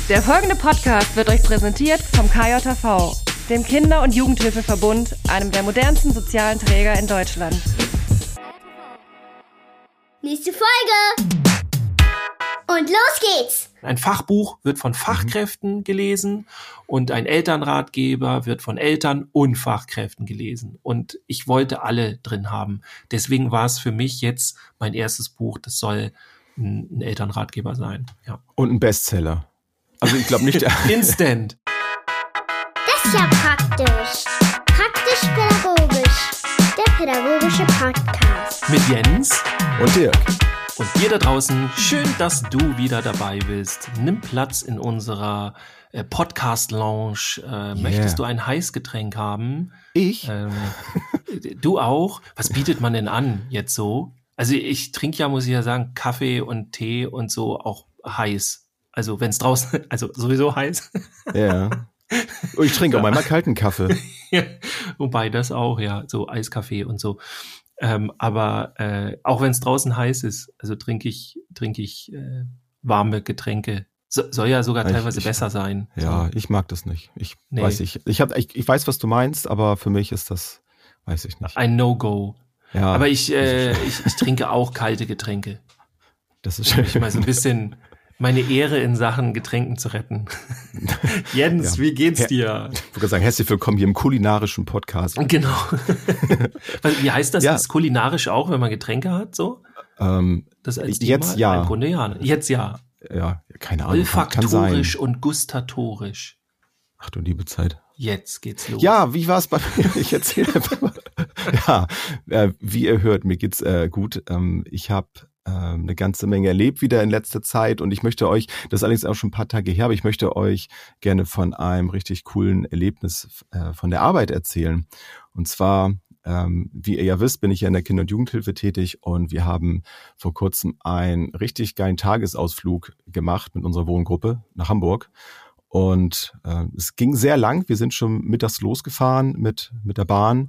Der folgende Podcast wird euch präsentiert vom KJV, dem Kinder- und Jugendhilfeverbund, einem der modernsten sozialen Träger in Deutschland. Nächste Folge! Und los geht's! Ein Fachbuch wird von Fachkräften gelesen und ein Elternratgeber wird von Eltern und Fachkräften gelesen. Und ich wollte alle drin haben. Deswegen war es für mich jetzt mein erstes Buch. Das soll ein Elternratgeber sein. Ja. Und ein Bestseller. Also ich glaube nicht... Instant. Das ist ja praktisch. Praktisch-pädagogisch. Der pädagogische Podcast. Mit Jens Und Dirk. und dir da draußen. Schön, dass du wieder dabei bist. Nimm Platz in unserer Podcast-Lounge. Möchtest du ein Heißgetränk haben? Ich? Du auch? Was bietet man denn an jetzt so? Also ich trinke ja, muss ich ja sagen, Kaffee und Tee und so auch heiß. Also wenn es draußen, also sowieso heiß. Ja. Und ich trinke auch manchmal kalten Kaffee. Wobei das auch, ja, so Eiskaffee und so. Aber auch wenn es draußen heiß ist, also trinke ich warme Getränke. Soll ja sogar teilweise besser sein. Ja, so. ich mag das nicht. Ich Nee. weiß nicht. Ich weiß, was du meinst, aber für mich ist das, weiß ich nicht. Ein No-Go. Ja, Aber ich trinke auch kalte Getränke. das ist Um mich mal so ein bisschen meine Ehre in Sachen Getränken zu retten. Jens, Ja. wie geht's dir? Ich würde sagen, herzlich willkommen hier im kulinarischen Podcast. Genau. Wie heißt das? Ja. Ist kulinarisch auch, wenn man Getränke hat, so? Das als Jetzt Thema? ja. Im Grunde ja. Jetzt ja. Ja, keine Ahnung. Kann sein. Olfaktorisch und gustatorisch. Ach du liebe Zeit. Jetzt geht's los. Ja, wie war's bei mir? Ich erzähle einfach mal. Ja, wie ihr hört, mir geht's gut. Ich habe eine ganze Menge erlebt wieder in letzter Zeit und ich möchte euch, das ist allerdings auch schon ein paar Tage her, aber ich möchte euch gerne von einem richtig coolen Erlebnis von der Arbeit erzählen. Und zwar, wie ihr ja wisst, bin ich ja in der Kinder- und Jugendhilfe tätig und wir haben vor kurzem einen richtig geilen Tagesausflug gemacht mit unserer Wohngruppe nach Hamburg. Und es ging sehr lang. Wir sind schon mittags losgefahren mit der Bahn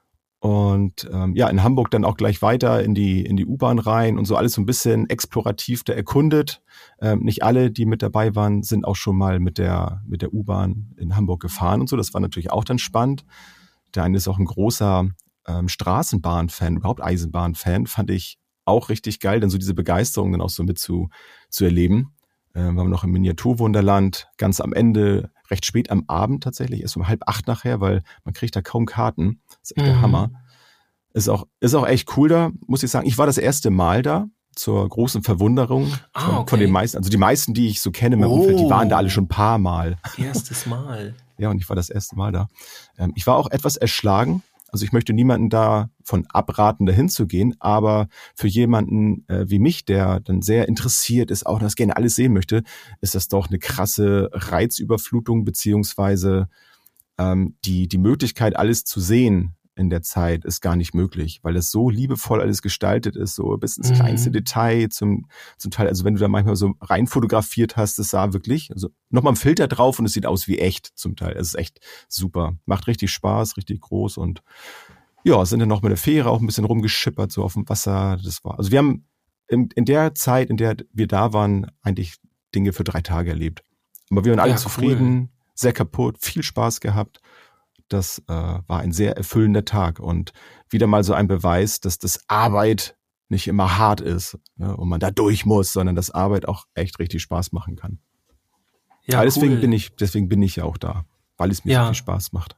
und in Hamburg dann auch gleich weiter in die U-Bahn rein und so alles so ein bisschen explorativ da erkundet. Nicht alle, die mit dabei waren, sind auch schon mal mit der U-Bahn in Hamburg gefahren und so. Das war natürlich auch dann spannend. Der eine ist auch ein großer Straßenbahn-Fan, überhaupt Eisenbahn-Fan. Fand ich auch richtig geil, dann so diese Begeisterung dann auch so mit zu erleben. Wir waren noch im Miniaturwunderland, ganz am Ende, recht spät am Abend tatsächlich, erst um 7:30 nachher, weil man kriegt da kaum Karten. Das ist echt der Hammer. Ist auch echt cool da, muss ich sagen. Ich war das erste Mal da, zur großen Verwunderung von den meisten. Also die meisten, die ich so kenne in meinem Umfeld, die waren da alle schon ein paar Mal. Erstes Mal. Ja, und ich war das erste Mal da. Ich war auch etwas erschlagen. Also ich möchte niemanden davon abraten, dahin zu gehen, aber für jemanden wie mich, der dann sehr interessiert ist, auch das gerne alles sehen möchte, ist das doch eine krasse Reizüberflutung, beziehungsweise die Möglichkeit, alles zu sehen in der Zeit ist gar nicht möglich, weil es so liebevoll alles gestaltet ist, so bis ins kleinste Detail zum Teil. Also wenn du da manchmal so rein fotografiert hast, das sah wirklich, also nochmal ein Filter drauf und es sieht aus wie echt zum Teil. Es ist echt super. Macht richtig Spaß, richtig groß und ja, sind dann noch mit der Fähre auch ein bisschen rumgeschippert, so auf dem Wasser. Das war, also wir haben in der Zeit, in der wir da waren, eigentlich Dinge für 3 Tage erlebt. Aber wir waren alle zufrieden, sehr kaputt, viel Spaß gehabt. Das war ein sehr erfüllender Tag und wieder mal so ein Beweis, dass das Arbeit nicht immer hart ist, ne, und man da durch muss, sondern dass Arbeit auch echt richtig Spaß machen kann. Ja, deswegen bin ich ja auch da, weil es mir so viel Spaß macht.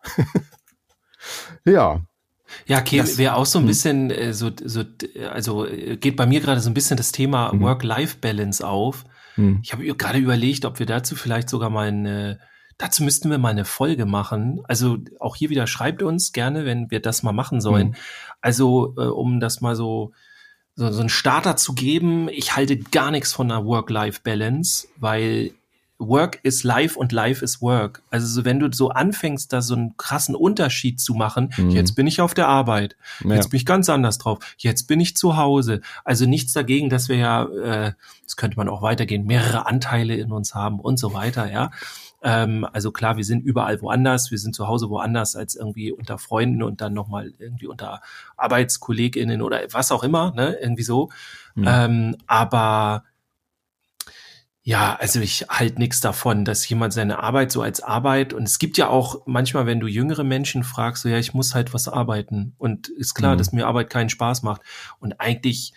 Ja. Ja, okay, wäre auch so ein bisschen also geht bei mir gerade so ein bisschen das Thema Work-Life-Balance auf. Ich habe gerade überlegt, ob wir dazu vielleicht sogar mal dazu müssten wir mal eine Folge machen. Also auch hier wieder, schreibt uns gerne, wenn wir das mal machen sollen. Also um das mal so einen Starter zu geben. Ich halte gar nichts von einer Work-Life-Balance, weil Work is Life und Life is Work. Also so, wenn du so anfängst, da so einen krassen Unterschied zu machen, jetzt bin ich auf der Arbeit, jetzt bin ich ganz anders drauf, jetzt bin ich zu Hause. Also nichts dagegen, dass wir das könnte man auch weitergehen, mehrere Anteile in uns haben und so weiter, ja. Also klar, wir sind überall woanders, wir sind zu Hause woanders als irgendwie unter Freunden und dann nochmal irgendwie unter ArbeitskollegInnen oder was auch immer, ne, irgendwie so. Aber Ja, also ich halte nichts davon, dass jemand seine Arbeit so als Arbeit, und es gibt ja auch manchmal, wenn du jüngere Menschen fragst, so ja, ich muss halt was arbeiten, und ist klar, dass mir Arbeit keinen Spaß macht, und eigentlich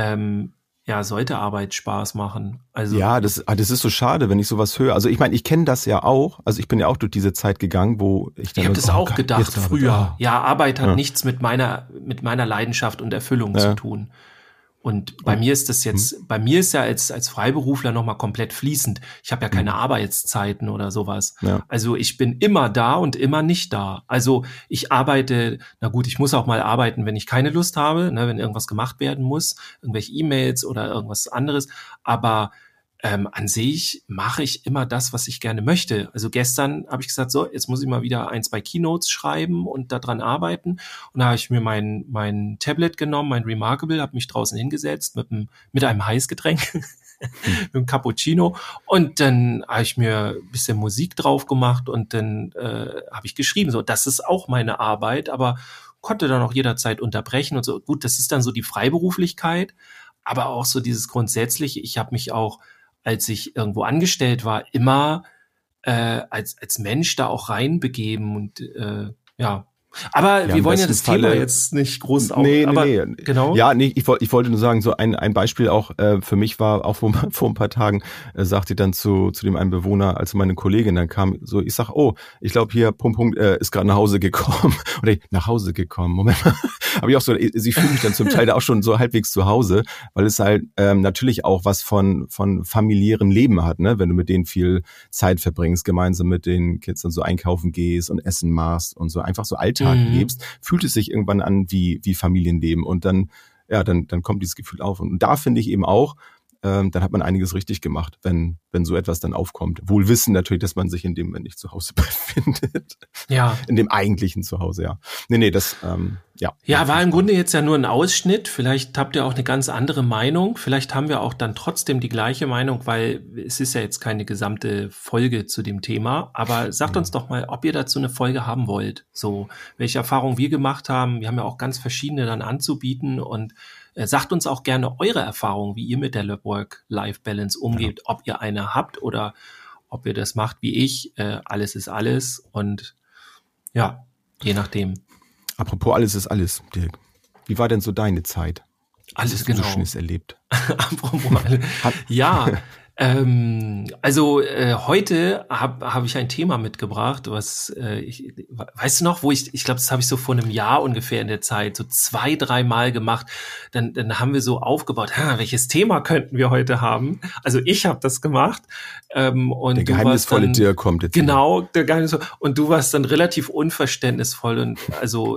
sollte Arbeit Spaß machen. Also ja, das ist so schade, wenn ich sowas höre. Also ich meine, ich kenne das ja auch. Also ich bin ja auch durch diese Zeit gegangen, wo ich dann... Ich habe das auch gedacht früher. Ja, Arbeit hat nichts mit meiner Leidenschaft und Erfüllung zu tun. Und bei mir ist das jetzt, bei mir ist ja als Freiberufler nochmal komplett fließend. Ich habe ja keine Arbeitszeiten oder sowas. Ja. Also ich bin immer da und immer nicht da. Also ich arbeite, na gut, ich muss auch mal arbeiten, wenn ich keine Lust habe, ne, wenn irgendwas gemacht werden muss, irgendwelche E-Mails oder irgendwas anderes. Aber an sich mache ich immer das, was ich gerne möchte. Also gestern habe ich gesagt, so, jetzt muss ich mal wieder 2 Keynotes schreiben und daran arbeiten. Und da habe ich mir mein Tablet genommen, mein Remarkable, habe mich draußen hingesetzt mit einem Heißgetränk, mit einem Cappuccino. Und dann habe ich mir ein bisschen Musik drauf gemacht und dann habe ich geschrieben. So, das ist auch meine Arbeit, aber konnte dann auch jederzeit unterbrechen und so. Gut, das ist dann so die Freiberuflichkeit, aber auch so dieses Grundsätzliche. Ich habe mich auch, als ich irgendwo angestellt war, immer als Mensch da auch reinbegeben und Aber wir wollen ja das Thema jetzt nicht groß Nee. Genau. Ja, nee, ich wollte nur sagen, so ein Beispiel auch für mich war, auch vor ein paar Tagen sagte ich dann zu dem einen Bewohner, als meine Kollegin dann kam, so, ich sag, oh, ich glaube hier, Punkt, ist gerade nach Hause gekommen. Oder nach Hause gekommen, Moment mal. Aber ich auch so, sie fühlt mich dann zum Teil auch schon so halbwegs zu Hause, weil es halt natürlich auch was von familiärem Leben hat, ne, wenn du mit denen viel Zeit verbringst, gemeinsam mit den Kids dann so einkaufen gehst und Essen machst und so einfach so Alltag lebst, fühlt es sich irgendwann an wie Familienleben und dann kommt dieses Gefühl auf. Und da finde ich eben auch, dann hat man einiges richtig gemacht, wenn so etwas dann aufkommt. Wohl wissen natürlich, dass man sich in dem Moment nicht zu Hause befindet. Ja. In dem eigentlichen Zuhause, ja. Nee, das, ja. Ja, war im Grunde jetzt ja nur ein Ausschnitt. Vielleicht habt ihr auch eine ganz andere Meinung. Vielleicht haben wir auch dann trotzdem die gleiche Meinung, weil es ist ja jetzt keine gesamte Folge zu dem Thema. Aber sagt uns doch mal, ob ihr dazu eine Folge haben wollt. So, welche Erfahrungen wir gemacht haben. Wir haben ja auch ganz verschiedene dann anzubieten und sagt uns auch gerne eure Erfahrungen, wie ihr mit der Work-Life-Balance umgeht, ob ihr eine habt oder ob ihr das macht wie ich. Alles ist alles und ja, je nachdem. Apropos alles ist alles, Dirk. Wie war denn so deine Zeit? Alles genau. Was hast du Schönes erlebt? Apropos alles. Ja, heute hab ich ein Thema mitgebracht, was weißt du noch, wo ich glaube, das habe ich so vor einem Jahr ungefähr in der Zeit so 2-3 Mal gemacht. Dann haben wir so aufgebaut, welches Thema könnten wir heute haben? Also ich habe das gemacht. Und der geheimnisvolle Dirk kommt jetzt. Genau, der geheimnisvolle. Und du warst dann relativ unverständnisvoll und also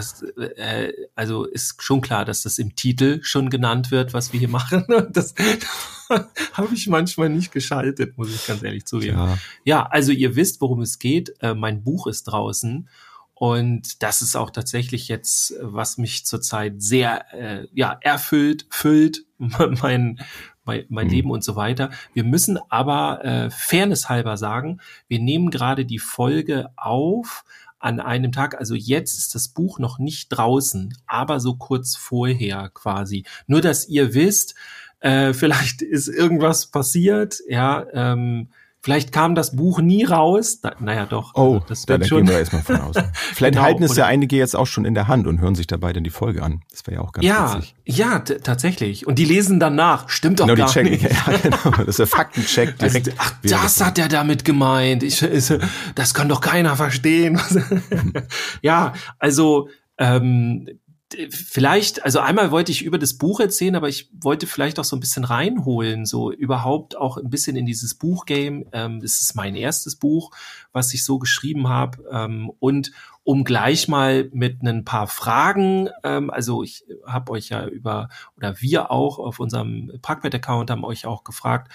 ist schon klar, dass das im Titel schon genannt wird, was wir hier machen. Das habe ich manchmal nicht geschaltet, muss ich ganz ehrlich zugeben. Ja, also ihr wisst, worum es geht. Mein Buch ist draußen und das ist auch tatsächlich jetzt, was mich zurzeit sehr füllt, mein Leben und so weiter. Wir müssen aber Fairness halber sagen, wir nehmen gerade die Folge auf an einem Tag, also jetzt ist das Buch noch nicht draußen, aber so kurz vorher quasi. Nur, dass ihr wisst, vielleicht ist irgendwas passiert, vielleicht kam das Buch nie raus. Naja, doch. Oh, das da gehen wir erstmal von aus. Vielleicht halten es ja einige jetzt auch schon in der Hand und hören sich dabei dann die Folge an. Das wäre ja auch ganz witzig. Ja, tatsächlich. Und die lesen danach. Stimmt doch gar nicht. Ja, genau. Das ist der Faktencheck direkt. Also, das hat er damit gemeint. Das kann doch keiner verstehen. Ja, also vielleicht, also einmal wollte ich über das Buch erzählen, aber ich wollte vielleicht auch so ein bisschen reinholen, so überhaupt auch ein bisschen in dieses Buchgame. Das ist mein erstes Buch, was ich so geschrieben habe. Und um gleich mal mit ein paar Fragen, also ich habe euch ja wir auch auf unserem Parkbett-Account haben euch auch gefragt,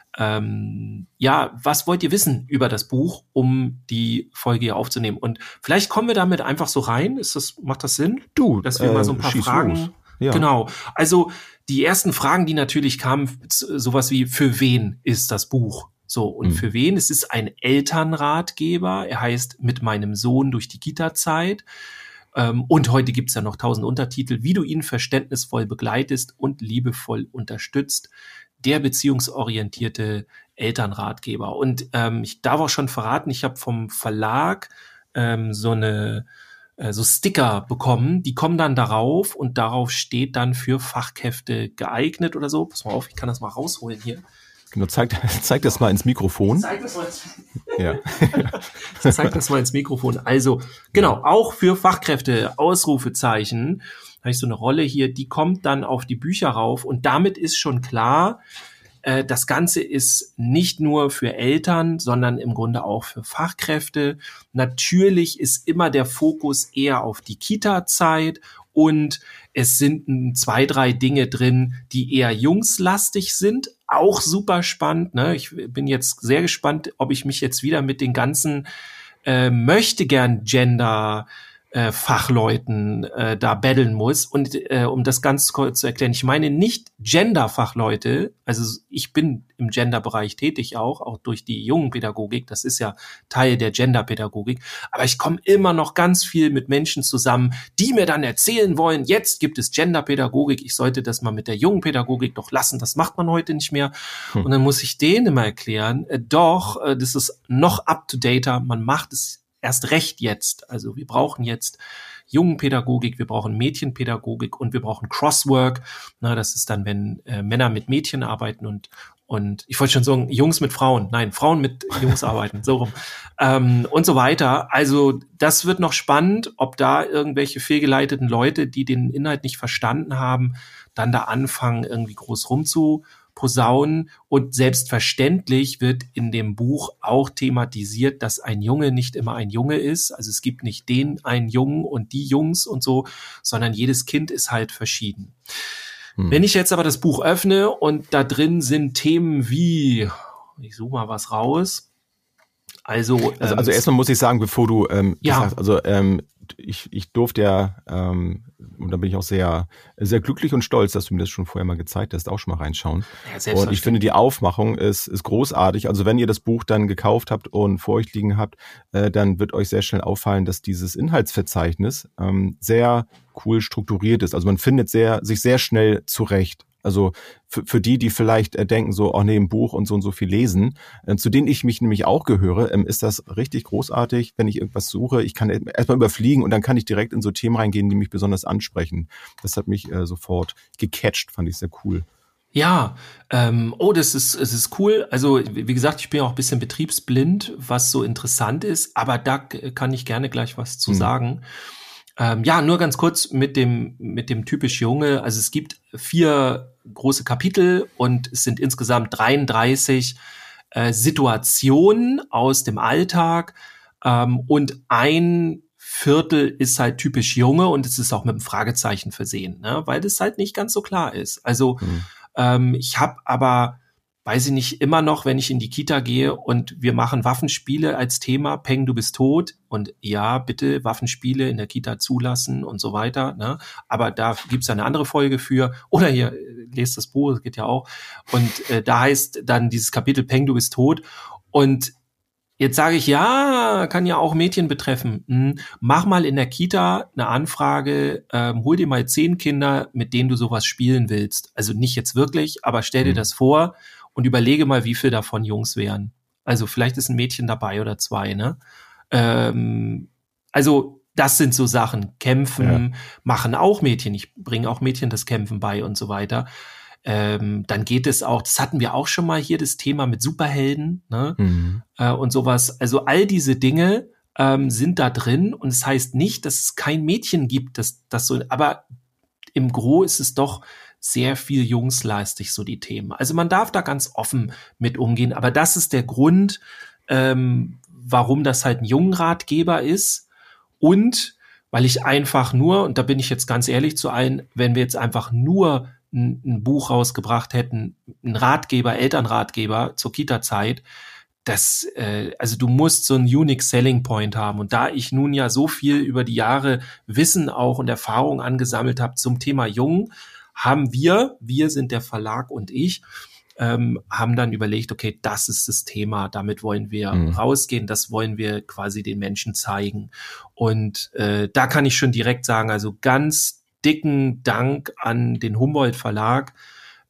was wollt ihr wissen über das Buch, um die Folge hier aufzunehmen? Und vielleicht kommen wir damit einfach so rein. Macht das Sinn? Dass wir mal so ein paar Fragen. Ja. Genau. Also die ersten Fragen, die natürlich kamen, sowas wie, für wen ist das Buch? So, und für wen? Es ist ein Elternratgeber. Er heißt Mit meinem Sohn durch die Kita-Zeit. Und heute gibt's ja noch 1000 Untertitel, wie du ihn verständnisvoll begleitest und liebevoll unterstützt. der beziehungsorientierte Elternratgeber. Und ich darf auch schon verraten, ich habe vom Verlag so Sticker bekommen, die kommen dann darauf und darauf steht dann für Fachkräfte geeignet oder so. Pass mal auf, ich kann das mal rausholen hier. Genau, zeig das mal ins Mikrofon. Zeig das mal ins Mikrofon. Also, genau, auch für Fachkräfte, Ausrufezeichen, habe ich so eine Rolle hier, die kommt dann auf die Bücher rauf und damit ist schon klar, das Ganze ist nicht nur für Eltern, sondern im Grunde auch für Fachkräfte. Natürlich ist immer der Fokus eher auf die Kita-Zeit und es sind 2, 3 Dinge drin, die eher jungslastig sind. Auch super spannend. Ne? Ich bin jetzt sehr gespannt, ob ich mich jetzt wieder mit den ganzen möchte gern Gender Fachleuten da battlen muss. Und um das ganz kurz zu erklären, ich meine nicht Gender-Fachleute, also ich bin im Gender-Bereich tätig auch durch die Jungenpädagogik, das ist ja Teil der Gender-Pädagogik, aber ich komme immer noch ganz viel mit Menschen zusammen, die mir dann erzählen wollen, jetzt gibt es Gender-Pädagogik, ich sollte das mal mit der Jungenpädagogik doch lassen, das macht man heute nicht mehr. Und dann muss ich denen immer erklären, das ist noch up-to-dater, man macht es erst recht jetzt. Also wir brauchen jetzt Jungenpädagogik, wir brauchen Mädchenpädagogik und wir brauchen Crosswork. Na, das ist dann, wenn Männer mit Mädchen arbeiten und ich wollte schon sagen, Jungs mit Frauen. Nein, Frauen mit Jungs arbeiten, so rum. Und so weiter. Also das wird noch spannend, ob da irgendwelche fehlgeleiteten Leute, die den Inhalt nicht verstanden haben, dann da anfangen, irgendwie groß rumzuposaunen. Und selbstverständlich wird in dem Buch auch thematisiert, dass ein Junge nicht immer ein Junge ist. Also es gibt nicht den einen Jungen und die Jungs und so, sondern jedes Kind ist halt verschieden. Wenn ich jetzt aber das Buch öffne und da drin sind Themen wie, ich suche mal was raus. Also erstmal muss ich sagen, bevor du sagst, also ich durfte ja, und da bin ich auch sehr, sehr glücklich und stolz, dass du mir das schon vorher mal gezeigt hast, auch schon mal reinschauen. Ja, und ich finde, die Aufmachung ist großartig. Also wenn ihr das Buch dann gekauft habt und vor euch liegen habt, dann wird euch sehr schnell auffallen, dass dieses Inhaltsverzeichnis sehr cool strukturiert ist. Also man findet sich sehr schnell zurecht. Also für die vielleicht denken so, oh nee, im Buch und so viel lesen, zu denen ich mich nämlich auch gehöre, ist das richtig großartig, wenn ich irgendwas suche. Ich kann erstmal überfliegen und dann kann ich direkt in so Themen reingehen, die mich besonders ansprechen. Das hat mich sofort gecatcht, fand ich sehr cool. Ja, es ist cool. Also wie gesagt, ich bin ja auch ein bisschen betriebsblind, was so interessant ist, aber da kann ich gerne gleich was zu sagen. Nur ganz kurz mit dem typisch Junge. Also es gibt 4 große Kapitel und es sind insgesamt 33 Situationen aus dem Alltag und ein Viertel ist halt typisch Junge und es ist auch mit einem Fragezeichen versehen, ne? Weil das halt nicht ganz so klar ist. Also ich habe aber, weiß ich nicht, immer noch, wenn ich in die Kita gehe und wir machen Waffenspiele als Thema, Peng, du bist tot und ja, bitte Waffenspiele in der Kita zulassen und so weiter, ne? Aber da gibt's eine andere Folge für, oder hier, lest das Buch, das geht ja auch und da heißt dann dieses Kapitel Peng, du bist tot und jetzt sage ich, ja, kann ja auch Mädchen betreffen. Mach mal in der Kita eine Anfrage, hol dir mal 10 Kinder, mit denen du sowas spielen willst. Also nicht jetzt wirklich, aber stell dir das vor und überlege mal, wie viel davon Jungs wären. Also vielleicht ist ein Mädchen dabei oder 2, ne? Also das sind so Sachen. Kämpfen machen auch Mädchen. Ich bringe auch Mädchen das Kämpfen bei und so weiter. Dann geht es auch, das hatten wir auch schon mal hier, das Thema mit Superhelden, ne? Und sowas. Also all diese Dinge sind da drin und es heißt nicht, dass es kein Mädchen gibt, das so, aber im Gros ist es doch sehr viel jungslastig, so die Themen. Also man darf da ganz offen mit umgehen, aber das ist der Grund, warum das halt ein Jungenratgeber ist und weil ich einfach nur, und da bin ich jetzt ganz ehrlich zu allen, wenn wir jetzt einfach nur ein Buch rausgebracht hätten, ein Ratgeber, Elternratgeber zur Kita-Zeit, also du musst so einen Unique Selling Point haben. Und da ich nun ja so viel über die Jahre Wissen auch und Erfahrung angesammelt habe zum Thema Jung, haben wir sind der Verlag und ich, haben dann überlegt, okay, das ist das Thema, damit wollen wir rausgehen, das wollen wir quasi den Menschen zeigen. Und da kann ich schon direkt sagen, also ganz dicken Dank an den Humboldt Verlag,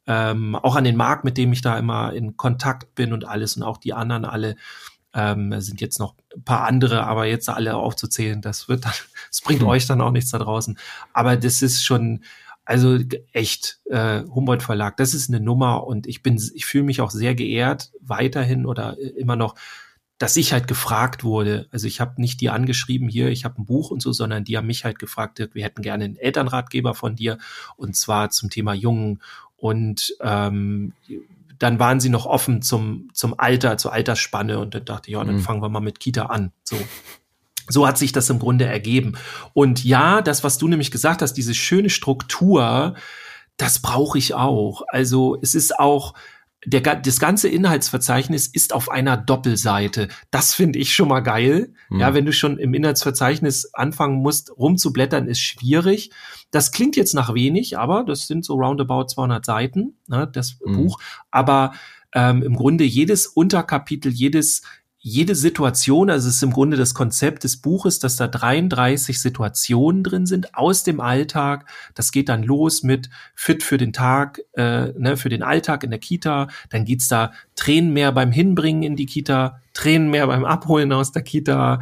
auch an den Marc, mit dem ich da immer in Kontakt bin und alles und auch die anderen alle. Sind jetzt noch ein paar andere, aber jetzt alle aufzuzählen, das bringt euch dann auch nichts da draußen. Aber das ist schon, also echt Humboldt Verlag, das ist eine Nummer und ich fühle mich auch sehr geehrt weiterhin oder immer noch, dass ich halt gefragt wurde. Also ich habe nicht die angeschrieben, hier, ich habe ein Buch und so, sondern die haben mich halt gefragt, wir hätten gerne einen Elternratgeber von dir und zwar zum Thema Jungen und dann waren sie noch offen zum Alter, zur Altersspanne und dann dachte ich, ja, dann fangen wir mal mit Kita an. So hat sich das im Grunde ergeben. Und ja, das, was du nämlich gesagt hast, diese schöne Struktur, das brauche ich auch. Also es ist auch, das ganze Inhaltsverzeichnis ist auf einer Doppelseite. Das finde ich schon mal geil. Ja, wenn du schon im Inhaltsverzeichnis anfangen musst, rumzublättern, ist schwierig. Das klingt jetzt nach wenig, aber das sind so roundabout 200 Seiten, ne, das Buch. Aber im Grunde jedes Unterkapitel, jede Situation, also es ist im Grunde das Konzept des Buches, dass da 33 Situationen drin sind aus dem Alltag. Das geht dann los mit Fit für den Tag, für den Alltag in der Kita. Dann geht's da Tränen mehr beim Hinbringen in die Kita, Tränen mehr beim Abholen aus der Kita.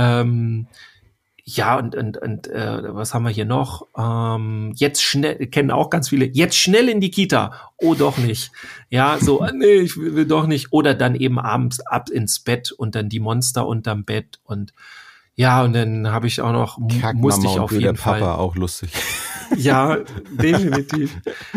Ja, und was haben wir hier noch? Jetzt schnell, kennen auch ganz viele, jetzt schnell in die Kita. Oh, doch nicht. Ja, so, nee, ich will doch nicht. Oder dann eben abends ab ins Bett und dann die Monster unterm Bett und ja, und dann habe ich auch noch, musste ich auf jeden Fall. Papa auch lustig. Ja, definitiv.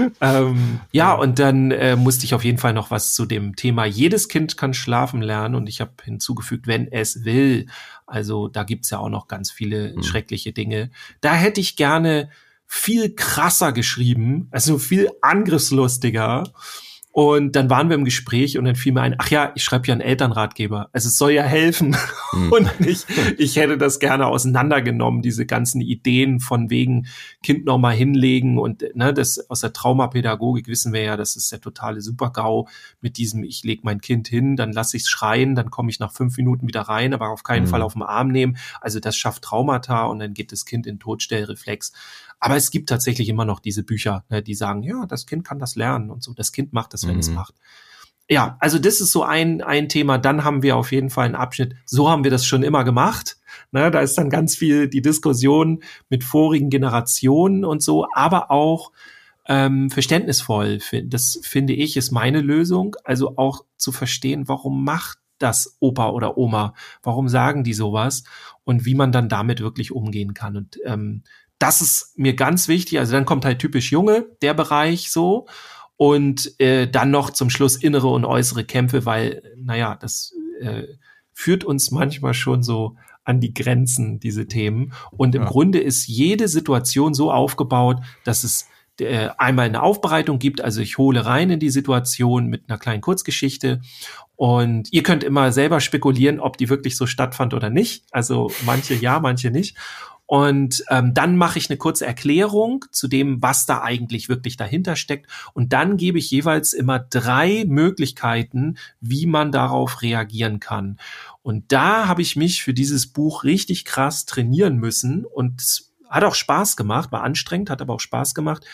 Ja, und dann musste ich auf jeden Fall noch was zu dem Thema jedes Kind kann schlafen lernen und ich habe hinzugefügt, wenn es will. Also da gibt's ja auch noch ganz viele schreckliche Dinge. Da hätte ich gerne viel krasser geschrieben, also viel angriffslustiger. Und dann waren wir im Gespräch und dann fiel mir ein, ach ja, ich schreibe ja einen Elternratgeber. Also es soll ja helfen. Und nicht, ich hätte das gerne auseinandergenommen, diese ganzen Ideen von wegen Kind noch mal hinlegen und ne, das aus der Traumapädagogik wissen wir ja, das ist der totale Super-GAU mit diesem, ich lege mein Kind hin, dann lasse ich es schreien, dann komme ich nach 5 Minuten wieder rein, aber auf keinen Fall auf den Arm nehmen. Also das schafft Traumata und dann geht das Kind in Todstellreflex. Aber es gibt tatsächlich immer noch diese Bücher, ne, die sagen, ja, das Kind kann das lernen und so. Das Kind macht das, wenn es macht. Ja, also das ist so ein Thema. Dann haben wir auf jeden Fall einen Abschnitt. So haben wir das schon immer gemacht. Ne, da ist dann ganz viel die Diskussion mit vorigen Generationen und so, aber auch verständnisvoll. Das finde ich ist meine Lösung. Also auch zu verstehen, warum macht das Opa oder Oma? Warum sagen die sowas? Und wie man dann damit wirklich umgehen kann. Und das ist mir ganz wichtig. Also dann kommt halt typisch Junge, der Bereich so. Und dann noch zum Schluss innere und äußere Kämpfe, weil, naja, das führt uns manchmal schon so an die Grenzen, diese Themen. Und im Grunde ist jede Situation so aufgebaut, dass es einmal eine Aufbereitung gibt. Also ich hole rein in die Situation mit einer kleinen Kurzgeschichte. Und ihr könnt immer selber spekulieren, ob die wirklich so stattfand oder nicht. Also manche ja, manche nicht. Und dann mache ich eine kurze Erklärung zu dem, was da eigentlich wirklich dahinter steckt. Und dann gebe ich jeweils immer 3 Möglichkeiten, wie man darauf reagieren kann. Und da habe ich mich für dieses Buch richtig krass trainieren müssen. Und es hat auch Spaß gemacht, war anstrengend, hat aber auch Spaß gemacht,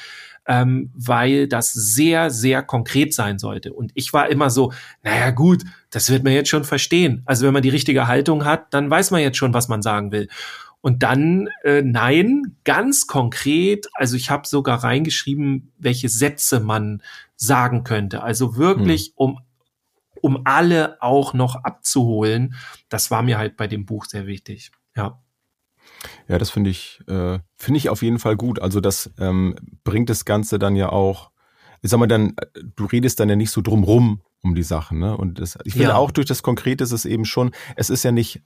weil das sehr, sehr konkret sein sollte. Und ich war immer so, naja gut, das wird man jetzt schon verstehen. Also wenn man die richtige Haltung hat, dann weiß man jetzt schon, was man sagen will. Und dann, nein, ganz konkret, also ich habe sogar reingeschrieben, welche Sätze man sagen könnte. Also wirklich, um alle auch noch abzuholen. Das war mir halt bei dem Buch sehr wichtig, ja. Ja, das finde ich auf jeden Fall gut. Also das bringt das Ganze dann ja auch, ich sag mal dann, du redest dann ja nicht so drumrum um die Sachen, ne? Und ich finde auch durch das Konkrete ist es eben schon, es ist ja nicht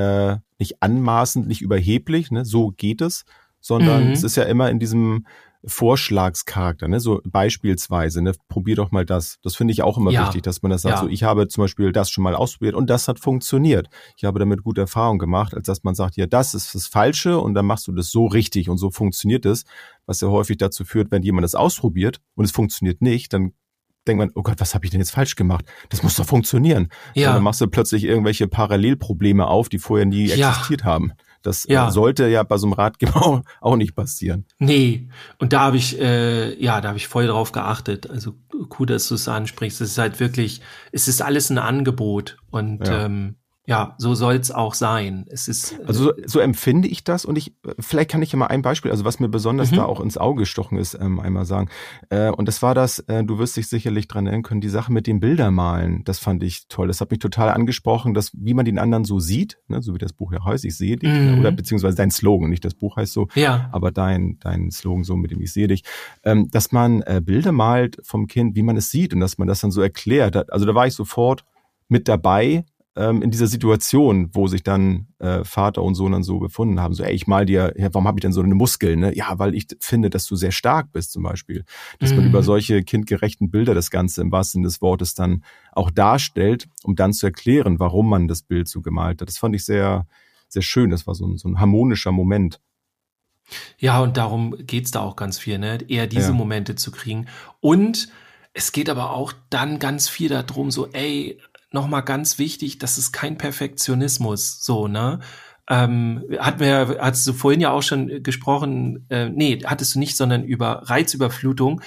anmaßend, nicht überheblich, ne? So geht es, sondern es ist ja immer in diesem Vorschlagscharakter, ne? So beispielsweise, ne? Probier doch mal das. Das finde ich auch immer wichtig, dass man das sagt, so ich habe zum Beispiel das schon mal ausprobiert und das hat funktioniert. Ich habe damit gute Erfahrungen gemacht, als dass man sagt, ja, das ist das Falsche und dann machst du das so richtig und so funktioniert es, was ja häufig dazu führt, wenn jemand das ausprobiert und es funktioniert nicht, dann denkt man, oh Gott, was habe ich denn jetzt falsch gemacht? Das muss doch funktionieren. Ja. Und dann machst du plötzlich irgendwelche Parallelprobleme auf, die vorher nie existiert haben. Das sollte ja bei so einem Ratgeber auch nicht passieren. Nee, und da habe ich voll drauf geachtet. Also cool, dass du es ansprichst. Es ist halt wirklich, es ist alles ein Angebot und so soll's auch sein. Es ist also so empfinde ich das und vielleicht kann ich ja mal ein Beispiel, also was mir besonders da auch ins Auge gestochen ist, einmal sagen. Und das war das, du wirst dich sicherlich dran erinnern können, die Sache mit dem Bildermalen. Das fand ich toll. Das hat mich total angesprochen, dass wie man den anderen so sieht, ne, so wie das Buch ja heißt, ich sehe dich, oder beziehungsweise dein Slogan, nicht das Buch heißt so, aber dein Slogan so mit dem ich sehe dich, dass man Bilder malt vom Kind, wie man es sieht und dass man das dann so erklärt. Also da war ich sofort mit dabei, in dieser Situation, wo sich dann Vater und Sohn dann so befunden haben, so ich mal dir, warum habe ich denn so eine Muskel, ne? Ja, weil ich finde, dass du sehr stark bist zum Beispiel. Dass man über solche kindgerechten Bilder das Ganze im wahrsten Sinne des Wortes dann auch darstellt, um dann zu erklären, warum man das Bild so gemalt hat. Das fand ich sehr, sehr schön. Das war so ein harmonischer Moment. Ja, und darum geht's da auch ganz viel, ne? Eher diese Momente zu kriegen. Und es geht aber auch dann ganz viel darum, so nochmal ganz wichtig, das ist kein Perfektionismus, so, ne? Hattest du vorhin ja auch schon gesprochen, hattest du nicht, sondern über Reizüberflutung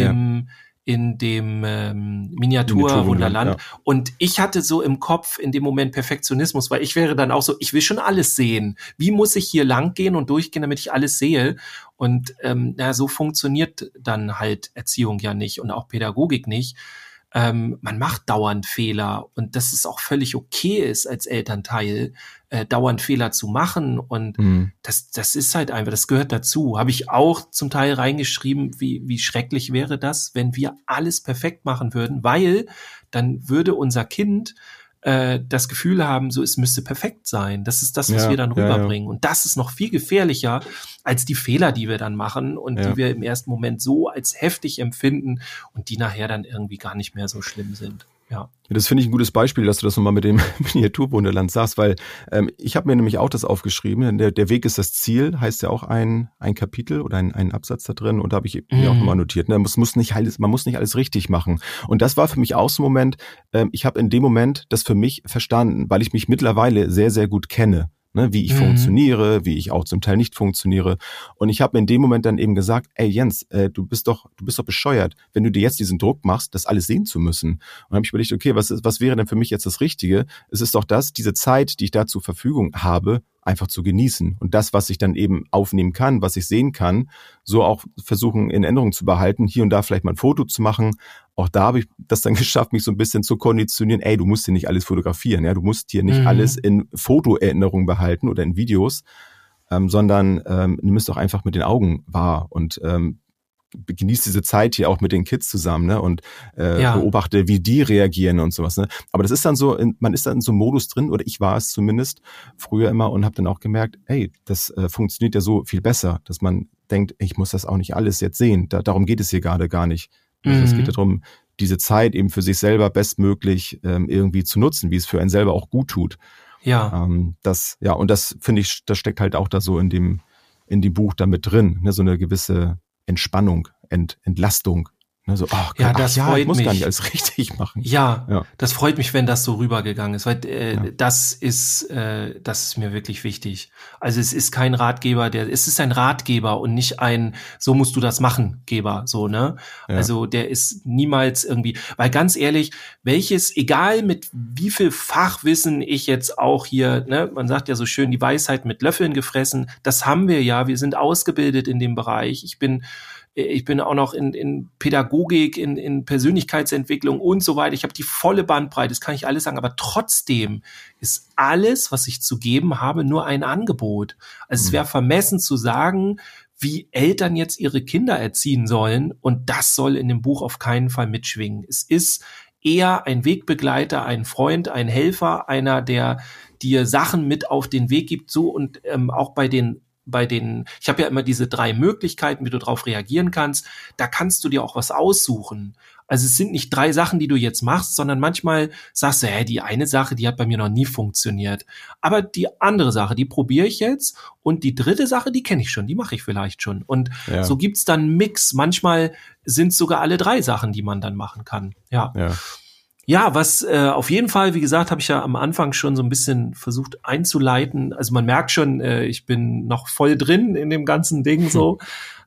in dem Miniaturwunderland. Ja. Und ich hatte so im Kopf in dem Moment Perfektionismus, weil ich wäre dann auch so, ich will schon alles sehen. Wie muss ich hier lang gehen und durchgehen, damit ich alles sehe? Und so funktioniert dann halt Erziehung ja nicht und auch Pädagogik nicht. Man macht dauernd Fehler und dass es auch völlig okay ist als Elternteil, dauernd Fehler zu machen und das ist halt einfach, das gehört dazu. Habe ich auch zum Teil reingeschrieben, wie schrecklich wäre das, wenn wir alles perfekt machen würden, weil dann würde unser Kind das Gefühl haben, so es müsste perfekt sein. Das ist das, was wir dann rüberbringen. Und das ist noch viel gefährlicher als die Fehler, die wir dann machen und die wir im ersten Moment so als heftig empfinden und die nachher dann irgendwie gar nicht mehr so schlimm sind. Ja. Das finde ich ein gutes Beispiel, dass du das nochmal mit dem Miniaturwunderland sagst, weil ich habe mir nämlich auch das aufgeschrieben. Der Weg ist das Ziel, heißt ja auch ein Kapitel oder ein Absatz da drin und da habe ich mir auch nochmal notiert. Ne? Man muss nicht alles richtig machen. Und das war für mich auch so ein Moment, ich habe in dem Moment das für mich verstanden, weil ich mich mittlerweile sehr, sehr gut kenne. Ne, wie ich funktioniere, wie ich auch zum Teil nicht funktioniere. Und ich habe mir in dem Moment dann eben gesagt, Jens, du bist doch bescheuert, wenn du dir jetzt diesen Druck machst, das alles sehen zu müssen. Und dann habe ich überlegt, okay, was wäre denn für mich jetzt das Richtige? Es ist doch diese Zeit, die ich da zur Verfügung habe, einfach zu genießen. Und das, was ich dann eben aufnehmen kann, was ich sehen kann, so auch versuchen in Erinnerung zu behalten, hier und da vielleicht mal ein Foto zu machen. Auch da habe ich das dann geschafft, mich so ein bisschen zu konditionieren, du musst hier nicht alles fotografieren, du musst hier nicht alles in Fotoerinnerung behalten oder in Videos, sondern nimm es doch einfach mit den Augen wahr und genießt diese Zeit hier auch mit den Kids zusammen, ne? Und beobachte, wie die reagieren und sowas, ne? Aber das ist dann so, man ist dann in so einem Modus drin, oder ich war es zumindest früher immer und habe dann auch gemerkt, das funktioniert ja so viel besser, dass man denkt, ich muss das auch nicht alles jetzt sehen. Darum geht es hier gerade gar nicht. Also es geht darum, diese Zeit eben für sich selber bestmöglich irgendwie zu nutzen, wie es für einen selber auch gut tut. Ja. Und das finde ich, das steckt halt auch da so in dem Buch da mit drin, ne? So eine gewisse Entspannung, Entlastung. Ne, so, freut ich muss mich. Gar nicht alles richtig machen. Ja, das freut mich, wenn das so rübergegangen ist, weil das ist mir wirklich wichtig. Also es ist kein Ratgeber, es ist ein Ratgeber und nicht ein so musst du das machen Geber, so, ne? Ja. Also der ist niemals irgendwie, weil ganz ehrlich, egal mit wie viel Fachwissen ich jetzt auch hier, ne, man sagt ja so schön, die Weisheit mit Löffeln gefressen, das haben wir ja, wir sind ausgebildet in dem Bereich. Ich bin auch noch in Pädagogik, in Persönlichkeitsentwicklung und so weiter. Ich habe die volle Bandbreite, das kann ich alles sagen. Aber trotzdem ist alles, was ich zu geben habe, nur ein Angebot. Also es wäre vermessen zu sagen, wie Eltern jetzt ihre Kinder erziehen sollen. Und das soll in dem Buch auf keinen Fall mitschwingen. Es ist eher ein Wegbegleiter, ein Freund, ein Helfer, einer, der dir Sachen mit auf den Weg gibt. So und auch bei den, ich habe ja immer diese 3 Möglichkeiten, wie du darauf reagieren kannst. Da kannst du dir auch was aussuchen. Also es sind nicht 3 Sachen, die du jetzt machst, sondern manchmal sagst du, die eine Sache, die hat bei mir noch nie funktioniert. Aber die andere Sache, die probiere ich jetzt. Und die dritte Sache, die kenne ich schon, die mache ich vielleicht schon. Und so gibt's dann einen Mix. Manchmal sind es sogar alle 3 Sachen, die man dann machen kann. Ja. Ja, was auf jeden Fall, wie gesagt, habe ich ja am Anfang schon so ein bisschen versucht einzuleiten. Also man merkt schon, ich bin noch voll drin in dem ganzen Ding so.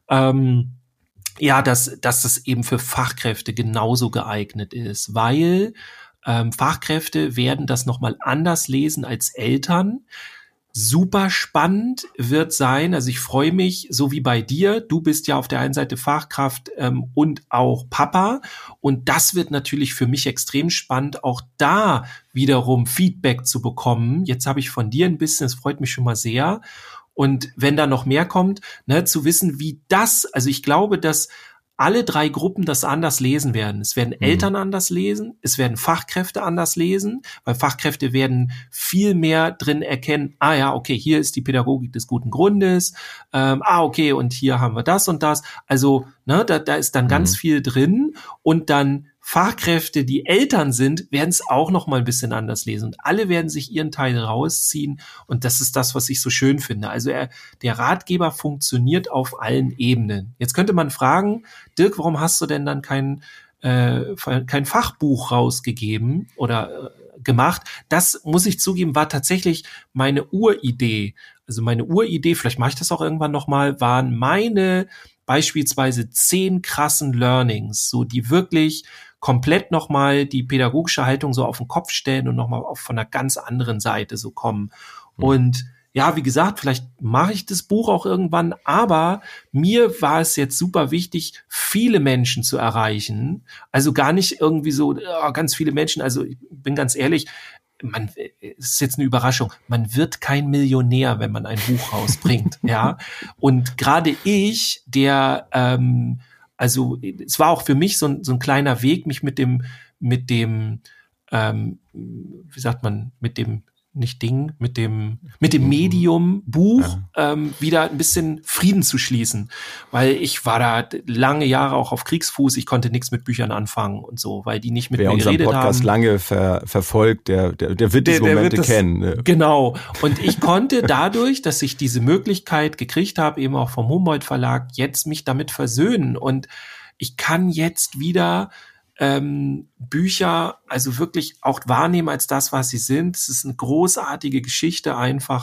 Ja, dass das eben für Fachkräfte genauso geeignet ist, weil Fachkräfte werden das nochmal anders lesen als Eltern. Super spannend wird sein, also ich freue mich, so wie bei dir, du bist ja auf der einen Seite Fachkraft und auch Papa und das wird natürlich für mich extrem spannend, auch da wiederum Feedback zu bekommen. Jetzt habe ich von dir ein bisschen, es freut mich schon mal sehr und wenn da noch mehr kommt, ne, zu wissen, wie das, also ich glaube, dass alle 3 Gruppen das anders lesen werden. Es werden Eltern anders lesen, es werden Fachkräfte anders lesen, weil Fachkräfte werden viel mehr drin erkennen, ja, okay, hier ist die Pädagogik des guten Grundes, okay, und hier haben wir das und das. Also, ne, da ist dann ganz viel drin und dann Fachkräfte, die Eltern sind, werden es auch noch mal ein bisschen anders lesen. Und alle werden sich ihren Teil rausziehen. Und das ist das, was ich so schön finde. Also der Ratgeber funktioniert auf allen Ebenen. Jetzt könnte man fragen, Dirk, warum hast du denn dann kein Fachbuch rausgegeben oder gemacht? Das, muss ich zugeben, war tatsächlich meine Uridee. Also meine Uridee, vielleicht mache ich das auch irgendwann noch mal, waren meine beispielsweise 10 krassen Learnings, so die wirklich komplett nochmal die pädagogische Haltung so auf den Kopf stellen und nochmal von einer ganz anderen Seite so kommen. Und ja, wie gesagt, vielleicht mache ich das Buch auch irgendwann, aber mir war es jetzt super wichtig, viele Menschen zu erreichen. Also gar nicht irgendwie so ganz viele Menschen. Also ich bin ganz ehrlich, es ist jetzt eine Überraschung, man wird kein Millionär, wenn man ein Buch rausbringt, ja. Und gerade ich, der also es war auch für mich so ein kleiner Weg, mich mit dem wie sagt man, mit dem Medium Buch wieder ein bisschen Frieden zu schließen, weil ich war da lange Jahre auch auf Kriegsfuß, ich konnte nichts mit Büchern anfangen und so, weil die nicht mit mir geredet haben. Wer unseren Podcast lange verfolgt, der wird diese Momente kennen. Ne? Genau. Und ich konnte dadurch, dass ich diese Möglichkeit gekriegt habe, eben auch vom Humboldt Verlag, jetzt mich damit versöhnen und ich kann jetzt wieder Bücher also wirklich auch wahrnehmen als das, was sie sind. Es ist eine großartige Geschichte einfach.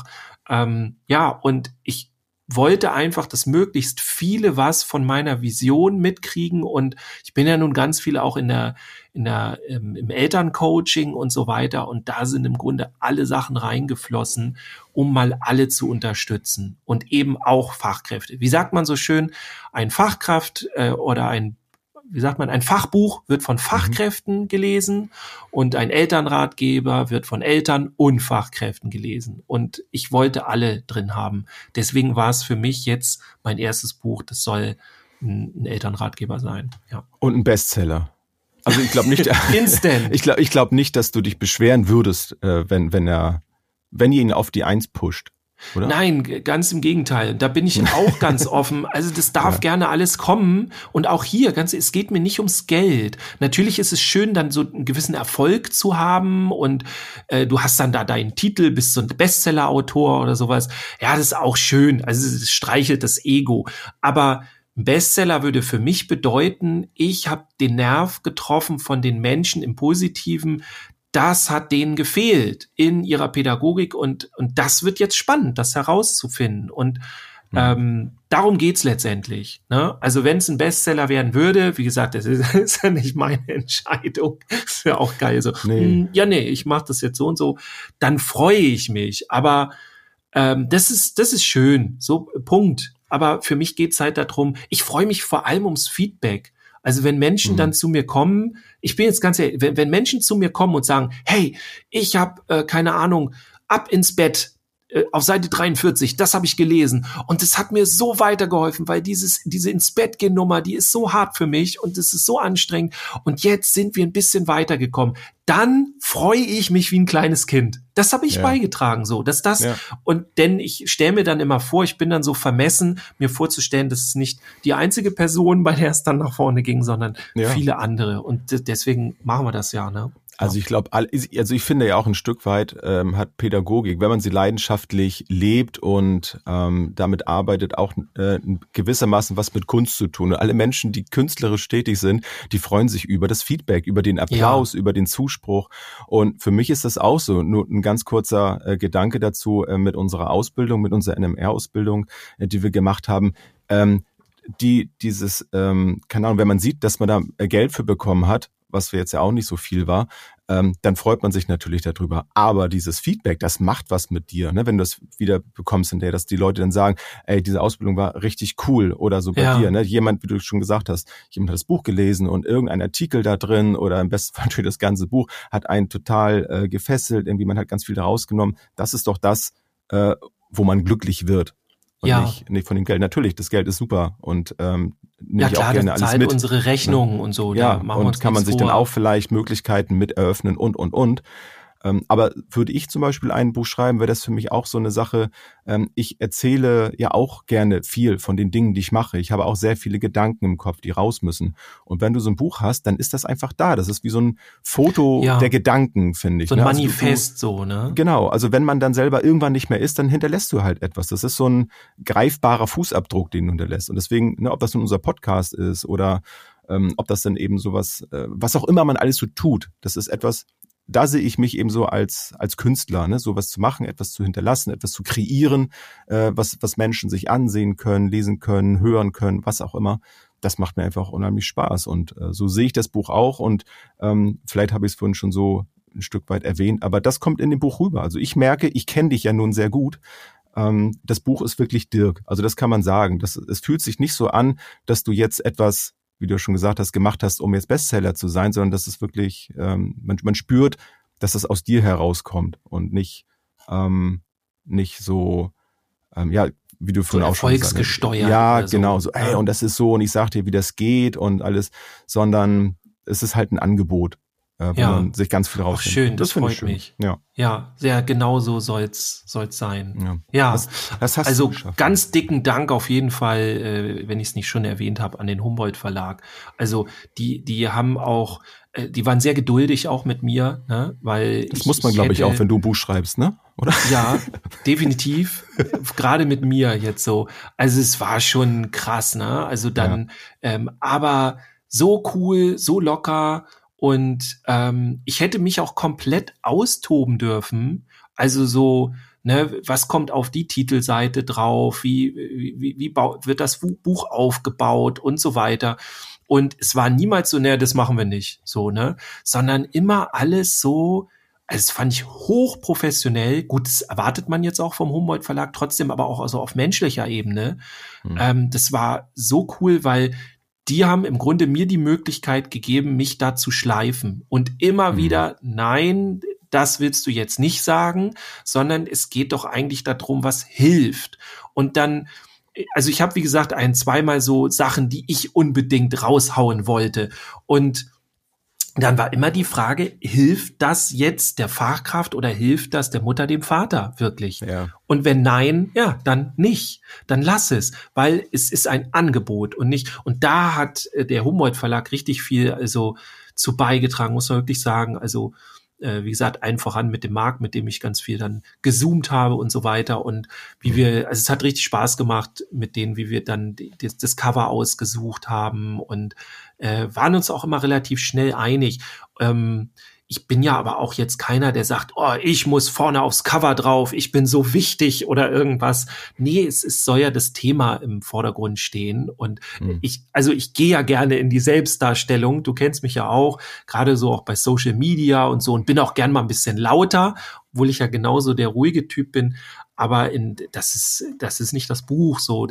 Und ich wollte einfach, dass möglichst viele was von meiner Vision mitkriegen und ich bin ja nun ganz viele auch im Elterncoaching und so weiter und da sind im Grunde alle Sachen reingeflossen, um mal alle zu unterstützen und eben auch Fachkräfte. Wie sagt man so schön, ein Fachkraft oder ein Fachbuch wird von Fachkräften gelesen und ein Elternratgeber wird von Eltern und Fachkräften gelesen. Und ich wollte alle drin haben. Deswegen war es für mich jetzt mein erstes Buch, das soll ein Elternratgeber sein. Ja. Und ein Bestseller. Also ich glaube nicht, Instant. ich glaube nicht, dass du dich beschweren würdest, wenn ihr ihn auf die 1 pusht. Oder? Nein, ganz im Gegenteil. Da bin ich auch ganz offen. Also das darf gerne alles kommen. Und auch hier, es geht mir nicht ums Geld. Natürlich ist es schön, dann so einen gewissen Erfolg zu haben und du hast dann da deinen Titel, bist so ein Bestseller-Autor oder sowas. Ja, das ist auch schön. Also es streichelt das Ego. Aber ein Bestseller würde für mich bedeuten, ich habe den Nerv getroffen von den Menschen im Positiven. Das hat denen gefehlt in ihrer Pädagogik und das wird jetzt spannend, das herauszufinden. Und darum geht's letztendlich. Ne? Also wenn es ein Bestseller werden würde, wie gesagt, das ist ja nicht meine Entscheidung. Das wäre auch geil. So, ich mache das jetzt so und so. Dann freue ich mich. Aber das ist schön. So, Punkt. Aber für mich geht's halt darum, ich freue mich vor allem ums Feedback. Also wenn Menschen dann zu mir kommen, ich bin jetzt ganz ehrlich, wenn Menschen zu mir kommen und sagen, hey, ich habe, keine Ahnung, Ab ins Bett, auf Seite 43, das habe ich gelesen und das hat mir so weitergeholfen, weil diese Ins-Bett-Gehen-Nummer, die ist so hart für mich und es ist so anstrengend und jetzt sind wir ein bisschen weitergekommen. Dann freue ich mich wie ein kleines Kind. Das habe ich beigetragen, so, dass das und denn ich stelle mir dann immer vor, ich bin dann so vermessen, mir vorzustellen, dass es nicht die einzige Person, bei der es dann nach vorne ging, sondern viele andere und deswegen machen wir das ja, ne? Also ich glaube, ich finde ja auch ein Stück weit hat Pädagogik, wenn man sie leidenschaftlich lebt und damit arbeitet, auch gewissermaßen was mit Kunst zu tun. Und alle Menschen, die künstlerisch tätig sind, die freuen sich über das Feedback, über den Applaus, über den Zuspruch. Und für mich ist das auch so. Nur ein ganz kurzer Gedanke dazu mit unserer Ausbildung, mit unserer NMR-Ausbildung, die wir gemacht haben. Keine Ahnung, wenn man sieht, dass man da Geld für bekommen hat, was für jetzt ja auch nicht so viel war, dann freut man sich natürlich darüber. Aber dieses Feedback, das macht was mit dir, ne? Wenn du das wieder bekommst hinterher, dass die Leute dann sagen, ey, diese Ausbildung war richtig cool oder so bei dir, ne? Jemand, wie du schon gesagt hast, jemand hat das Buch gelesen und irgendein Artikel da drin oder im besten Fall natürlich das ganze Buch hat einen total gefesselt, irgendwie man hat ganz viel da rausgenommen. Das ist doch das, wo man glücklich wird. Und nicht von dem Geld. Natürlich, das Geld ist super und nehme ich auch gerne alles zahlt mit. Unsere Rechnungen und so. Ja, und kann man sich dann auch vielleicht Möglichkeiten mit eröffnen und. Aber würde ich zum Beispiel ein Buch schreiben, wäre das für mich auch so eine Sache. Ich erzähle ja auch gerne viel von den Dingen, die ich mache. Ich habe auch sehr viele Gedanken im Kopf, die raus müssen. Und wenn du so ein Buch hast, dann ist das einfach da. Das ist wie so ein Foto der Gedanken, finde ich. So ein Manifest, ne? Genau. Also wenn man dann selber irgendwann nicht mehr ist, dann hinterlässt du halt etwas. Das ist so ein greifbarer Fußabdruck, den du hinterlässt. Und deswegen, ne, ob das nun unser Podcast ist oder ob das dann eben sowas, was auch immer man alles so tut, das ist etwas. Da sehe ich mich eben so als Künstler, ne, sowas zu machen, etwas zu hinterlassen, etwas zu kreieren, was Menschen sich ansehen können, lesen können, hören können, was auch immer. Das macht mir einfach unheimlich Spaß und so sehe ich das Buch auch und vielleicht habe ich es vorhin schon so ein Stück weit erwähnt, aber das kommt in dem Buch rüber. Also ich merke, ich kenne dich ja nun sehr gut. Das Buch ist wirklich Dirk, also das kann man sagen. Es fühlt sich nicht so an, dass du jetzt etwas, wie du schon gesagt hast, gemacht hast, um jetzt Bestseller zu sein, sondern das ist wirklich, man spürt, dass das aus dir herauskommt und nicht so, wie du vorhin auch schon gesagt hast. Erfolgsgesteuert. Ja, genau, so, ey, und das ist so und ich sag dir, wie das geht und alles, sondern es ist halt ein Angebot, wo man sich ganz viel rausnimmt. Schön, das freut mich. Ja, sehr genau so soll's sein. Ja, das hast also du ganz dicken Dank auf jeden Fall, wenn ich es nicht schon erwähnt habe, an den Humboldt Verlag. Also die haben auch, die waren sehr geduldig auch mit mir, ne, weil das muss man, glaube ich, auch, wenn du ein Buch schreibst, ne? Oder? Ja, definitiv. Gerade mit mir jetzt so. Also es war schon krass, ne? Also dann, aber so cool, so locker. Und ich hätte mich auch komplett austoben dürfen. Also so, ne, was kommt auf die Titelseite drauf? Wie wird das Buch aufgebaut und so weiter? Und es war niemals so, ne, das machen wir nicht, so, ne, sondern immer alles so. Also das fand ich hochprofessionell. Gut, das erwartet man jetzt auch vom Humboldt Verlag, trotzdem aber auch also auf menschlicher Ebene. Das war so cool, weil die haben im Grunde mir die Möglichkeit gegeben, mich da zu schleifen und immer wieder, nein, das willst du jetzt nicht sagen, sondern es geht doch eigentlich darum, was hilft. Und dann, also ich habe, wie gesagt, zweimal so Sachen, die ich unbedingt raushauen wollte. Und dann war immer die Frage, hilft das jetzt der Fachkraft oder hilft das der Mutter, dem Vater wirklich? Ja. Und wenn nein, ja, dann nicht. Dann lass es, weil es ist ein Angebot und nicht. Und da hat der Humboldt Verlag richtig viel also zu beigetragen, muss man wirklich sagen. Also wie gesagt, allen voran mit dem Marc, mit dem ich ganz viel dann gezoomt habe und so weiter. Und wie wir, also es hat richtig Spaß gemacht mit denen, wie wir dann das Cover ausgesucht haben und waren uns auch immer relativ schnell einig. Ich bin ja aber auch jetzt keiner, der sagt, oh, ich muss vorne aufs Cover drauf, ich bin so wichtig oder irgendwas. Nee, es soll ja das Thema im Vordergrund stehen. Und ich gehe ja gerne in die Selbstdarstellung. Du kennst mich ja auch, gerade so auch bei Social Media und so und bin auch gern mal ein bisschen lauter, obwohl ich ja genauso der ruhige Typ bin. Aber das ist nicht das Buch so,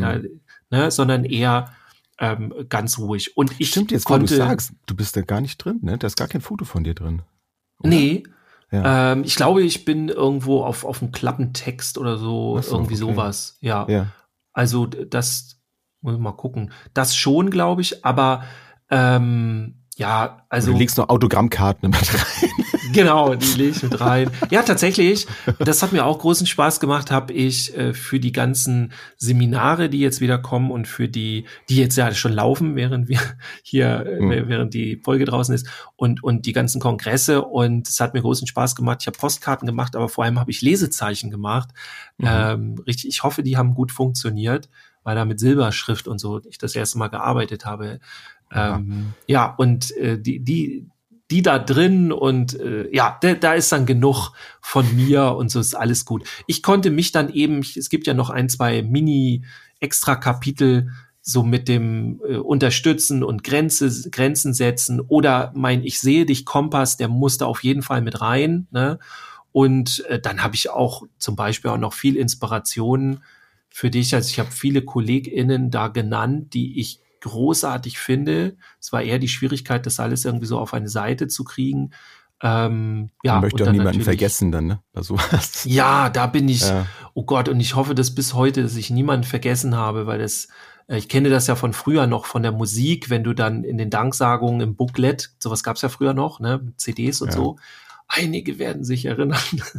ne, sondern eher ganz ruhig. Und ich Stimmt, jetzt, wo du sagst, du bist da gar nicht drin, ne? Da ist gar kein Foto von dir drin. Oder? Nee. Ja. Ich glaube, ich bin irgendwo auf einem Klappentext oder so, irgendwie sowas. Ja. Also das, muss ich mal gucken. Das schon, glaube ich, aber Ja, also. Du legst noch Autogrammkarten mit rein. Genau, die lege ich mit rein. Ja, tatsächlich, das hat mir auch großen Spaß gemacht, habe ich für die ganzen Seminare, die jetzt wieder kommen und für die jetzt ja schon laufen, während wir hier, während die Folge draußen ist und die ganzen Kongresse, und es hat mir großen Spaß gemacht. Ich habe Postkarten gemacht, aber vor allem habe ich Lesezeichen gemacht. Richtig, ich hoffe, die haben gut funktioniert, weil da mit Silberschrift und so ich das erste Mal gearbeitet habe. Ja, und die da drin und da ist dann genug von mir und so ist alles gut. Ich konnte mich dann eben, es gibt ja noch 1, 2 Mini-Extra-Kapitel so mit dem Unterstützen und Grenzen setzen oder mein Ich sehe dich Kompass, der musste auf jeden Fall mit rein, ne? Und dann habe ich auch zum Beispiel auch noch viel Inspiration für dich. Also ich habe viele KollegInnen da genannt, die ich großartig finde. Es war eher die Schwierigkeit, das alles irgendwie so auf eine Seite zu kriegen. Man möchte auch niemanden vergessen dann, ne? Bei sowas. Ja, da bin ich, oh Gott, und ich hoffe, dass bis heute, dass ich niemanden vergessen habe, weil ich kenne das ja von früher noch, von der Musik, wenn du dann in den Danksagungen im Booklet, sowas gab's ja früher noch, ne, mit CDs und so, einige werden sich erinnern,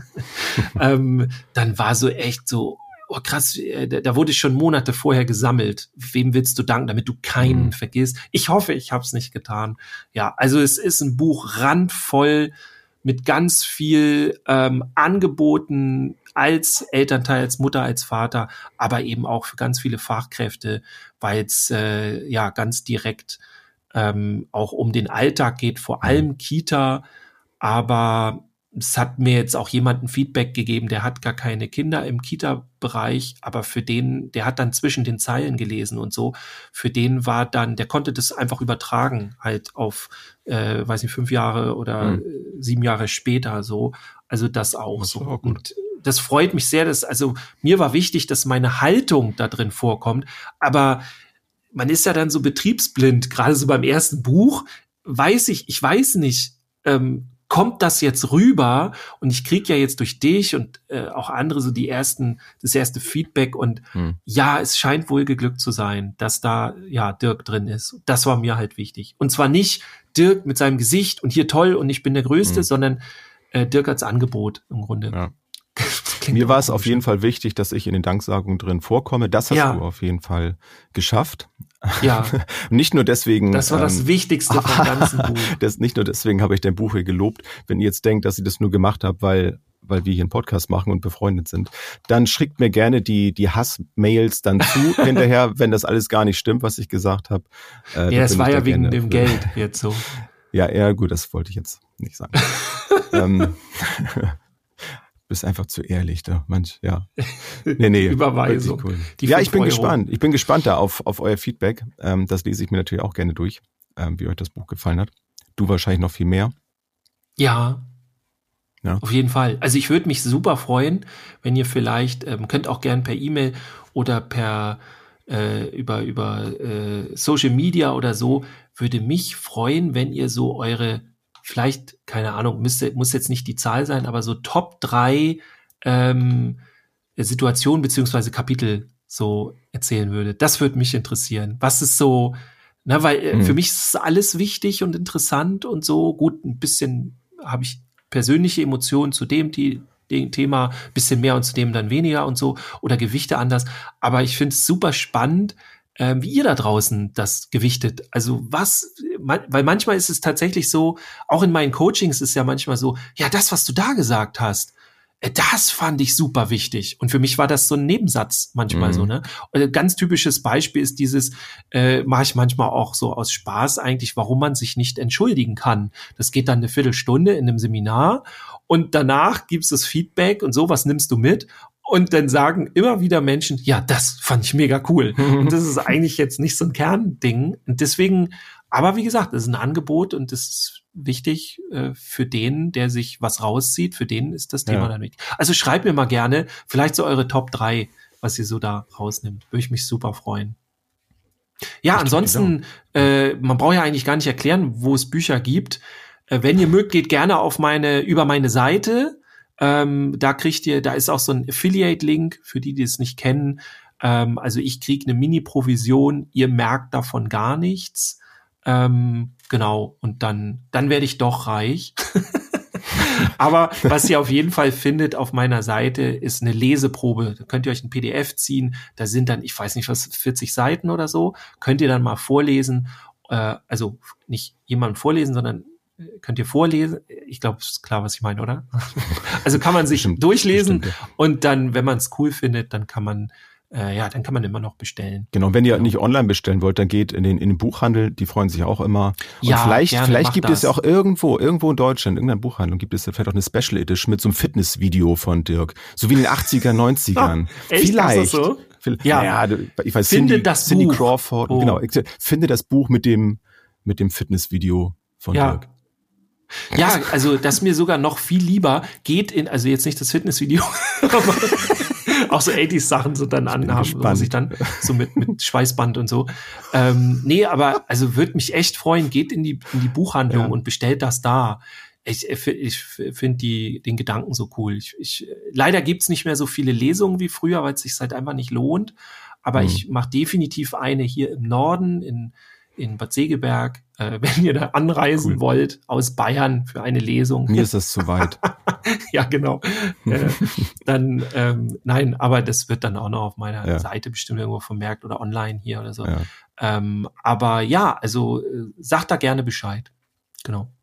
dann war so echt so, oh krass, da wurde schon Monate vorher gesammelt. Wem willst du danken, damit du keinen vergisst? Ich hoffe, ich habe es nicht getan. Ja, also es ist ein Buch randvoll mit ganz viel Angeboten als Elternteil, als Mutter, als Vater, aber eben auch für ganz viele Fachkräfte, weil es ganz direkt auch um den Alltag geht, vor allem Kita, aber es hat mir jetzt auch jemand ein Feedback gegeben, der hat gar keine Kinder im Kita-Bereich, aber für den, der hat dann zwischen den Zeilen gelesen und so, für den war dann, der konnte das einfach übertragen, halt auf, 5 Jahre oder 7 Jahre später so, also das auch so. Auch und das freut mich sehr, also mir war wichtig, dass meine Haltung da drin vorkommt, aber man ist ja dann so betriebsblind, gerade so beim ersten Buch, ich weiß nicht, kommt das jetzt rüber? Und ich kriege ja jetzt durch dich und auch andere so das erste Feedback und es scheint wohl geglückt zu sein, dass da Dirk drin ist. Das war mir halt wichtig. Und zwar nicht Dirk mit seinem Gesicht und hier toll und ich bin der Größte, sondern Dirk als Angebot im Grunde. Ja. Mir war es auf jeden Fall wichtig, dass ich in den Danksagungen drin vorkomme. Das hast du auf jeden Fall geschafft. Ja. Nicht nur deswegen. Das war das Wichtigste vom ganzen Buch. Nicht nur deswegen habe ich dein Buch hier gelobt. Wenn ihr jetzt denkt, dass ich das nur gemacht habe, weil wir hier einen Podcast machen und befreundet sind, dann schickt mir gerne die Hassmails dann zu hinterher, wenn das alles gar nicht stimmt, was ich gesagt habe. Es war ja wegen dem Geld jetzt so. Ja, gut, das wollte ich jetzt nicht sagen. Bist einfach zu ehrlich da, Nee. Überweisung. Cool. Ich bin gespannt. Ich bin gespannt da auf euer Feedback. Das lese ich mir natürlich auch gerne durch, wie euch das Buch gefallen hat. Du wahrscheinlich noch viel mehr. Ja. Auf jeden Fall. Also ich würde mich super freuen, wenn ihr vielleicht, könnt auch gern per E-Mail oder per über Social Media oder so, würde mich freuen, wenn ihr so eure vielleicht, keine Ahnung, muss jetzt nicht die Zahl sein, aber so Top 3 Situationen beziehungsweise Kapitel so erzählen würde. Das würde mich interessieren. Was ist so, weil für mich ist alles wichtig und interessant und so. Gut, ein bisschen habe ich persönliche Emotionen zu dem Thema, ein bisschen mehr und zu dem dann weniger und so oder Gewichte anders. Aber ich finde es super spannend, wie ihr da draußen das gewichtet. Also weil manchmal ist es tatsächlich so, auch in meinen Coachings ist ja manchmal so, das, was du da gesagt hast, das fand ich super wichtig. Und für mich war das so ein Nebensatz manchmal so, ne? Und ein ganz typisches Beispiel ist dieses, mache ich manchmal auch so aus Spaß eigentlich, warum man sich nicht entschuldigen kann. Das geht dann eine Viertelstunde in einem Seminar und danach gibt's das Feedback und so, was nimmst du mit? Und dann sagen immer wieder Menschen, das fand ich mega cool. Und das ist eigentlich jetzt nicht so ein Kernding. Und deswegen, aber wie gesagt, das ist ein Angebot und das ist wichtig für den, der sich was rauszieht. Für den ist das Thema dann wichtig. Also schreibt mir mal gerne, vielleicht so eure Top 3, was ihr so da rausnimmt. Würde ich mich super freuen. Ja, ansonsten, man braucht ja eigentlich gar nicht erklären, wo es Bücher gibt. Wenn ihr mögt, geht gerne über meine Seite. Da ist auch so ein Affiliate-Link für die es nicht kennen. Also ich kriege eine Mini-Provision, ihr merkt davon gar nichts. Genau, und dann werde ich doch reich. Aber was ihr auf jeden Fall findet auf meiner Seite, ist eine Leseprobe. Da könnt ihr euch ein PDF ziehen. Da sind dann, ich weiß nicht was, 40 Seiten oder so. Könnt ihr dann mal vorlesen. Also nicht jemandem vorlesen, sondern könnt ihr vorlesen. Ich glaube, es ist klar, was ich meine, oder? Also kann man sich durchlesen und dann, wenn man es cool findet, dann kann man immer noch bestellen. Genau, wenn ihr nicht online bestellen wollt, dann geht in den Buchhandel, die freuen sich auch immer. Und ja, vielleicht gibt es ja auch irgendwo in Deutschland, in irgendeiner Buchhandlung gibt es vielleicht auch eine Special Edition mit so einem Fitnessvideo von Dirk. So wie in den 80er, 90ern. Echt? Vielleicht. Ist das so? Ja, ich weiß, Cindy Crawford, genau. Finde das Buch mit dem Fitnessvideo von Dirk. Ja, also das ist mir sogar noch viel lieber. Also jetzt nicht das Fitnessvideo, aber auch so 80s-Sachen so dann anhaben, wo sich dann so mit Schweißband und so. Nee, aber also würde mich echt freuen, geht in die Buchhandlung und bestellt das da. Ich finde den Gedanken so cool. Leider gibt's nicht mehr so viele Lesungen wie früher, weil es sich halt einfach nicht lohnt. Aber ich mache definitiv eine hier im Norden, in Bad Segeberg, wenn ihr da anreisen wollt, aus Bayern für eine Lesung. Mir ist das zu weit. Ja, genau. Dann, nein, aber das wird dann auch noch auf meiner Seite bestimmt irgendwo vermerkt oder online hier oder so. Ja. Aber ja, also sagt da gerne Bescheid. Genau.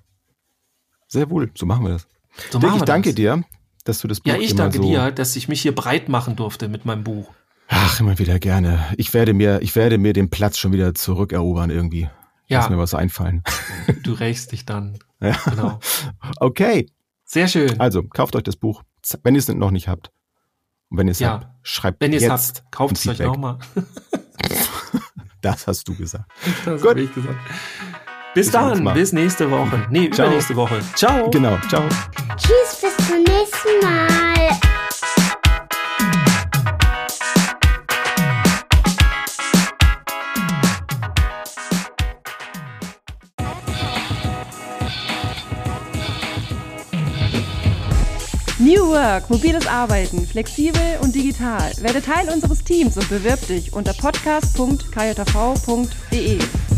Sehr wohl, so machen wir das. Dirk, ich danke dir, dass du das Buch ich danke dir, dass ich mich hier breit machen durfte mit meinem Buch. Ach, immer wieder gerne. Ich werde mir den Platz schon wieder zurückerobern irgendwie. Lass mir was einfallen. Du rächst dich dann. Ja. Genau. Okay. Sehr schön. Also, kauft euch das Buch, wenn ihr es noch nicht habt. Und wenn ihr es habt, schreibt wenn jetzt. Wenn ihr es habt, kauft es euch nochmal. Das hast du gesagt. Das habe ich gesagt. Bis dann, bis nächste Woche. Nee, übernächste Woche. Ciao. Genau, ciao. Tschüss, bis zum nächsten Mal. New Work, mobiles Arbeiten, flexibel und digital. Werde Teil unseres Teams und bewirb dich unter podcast.kjv.de.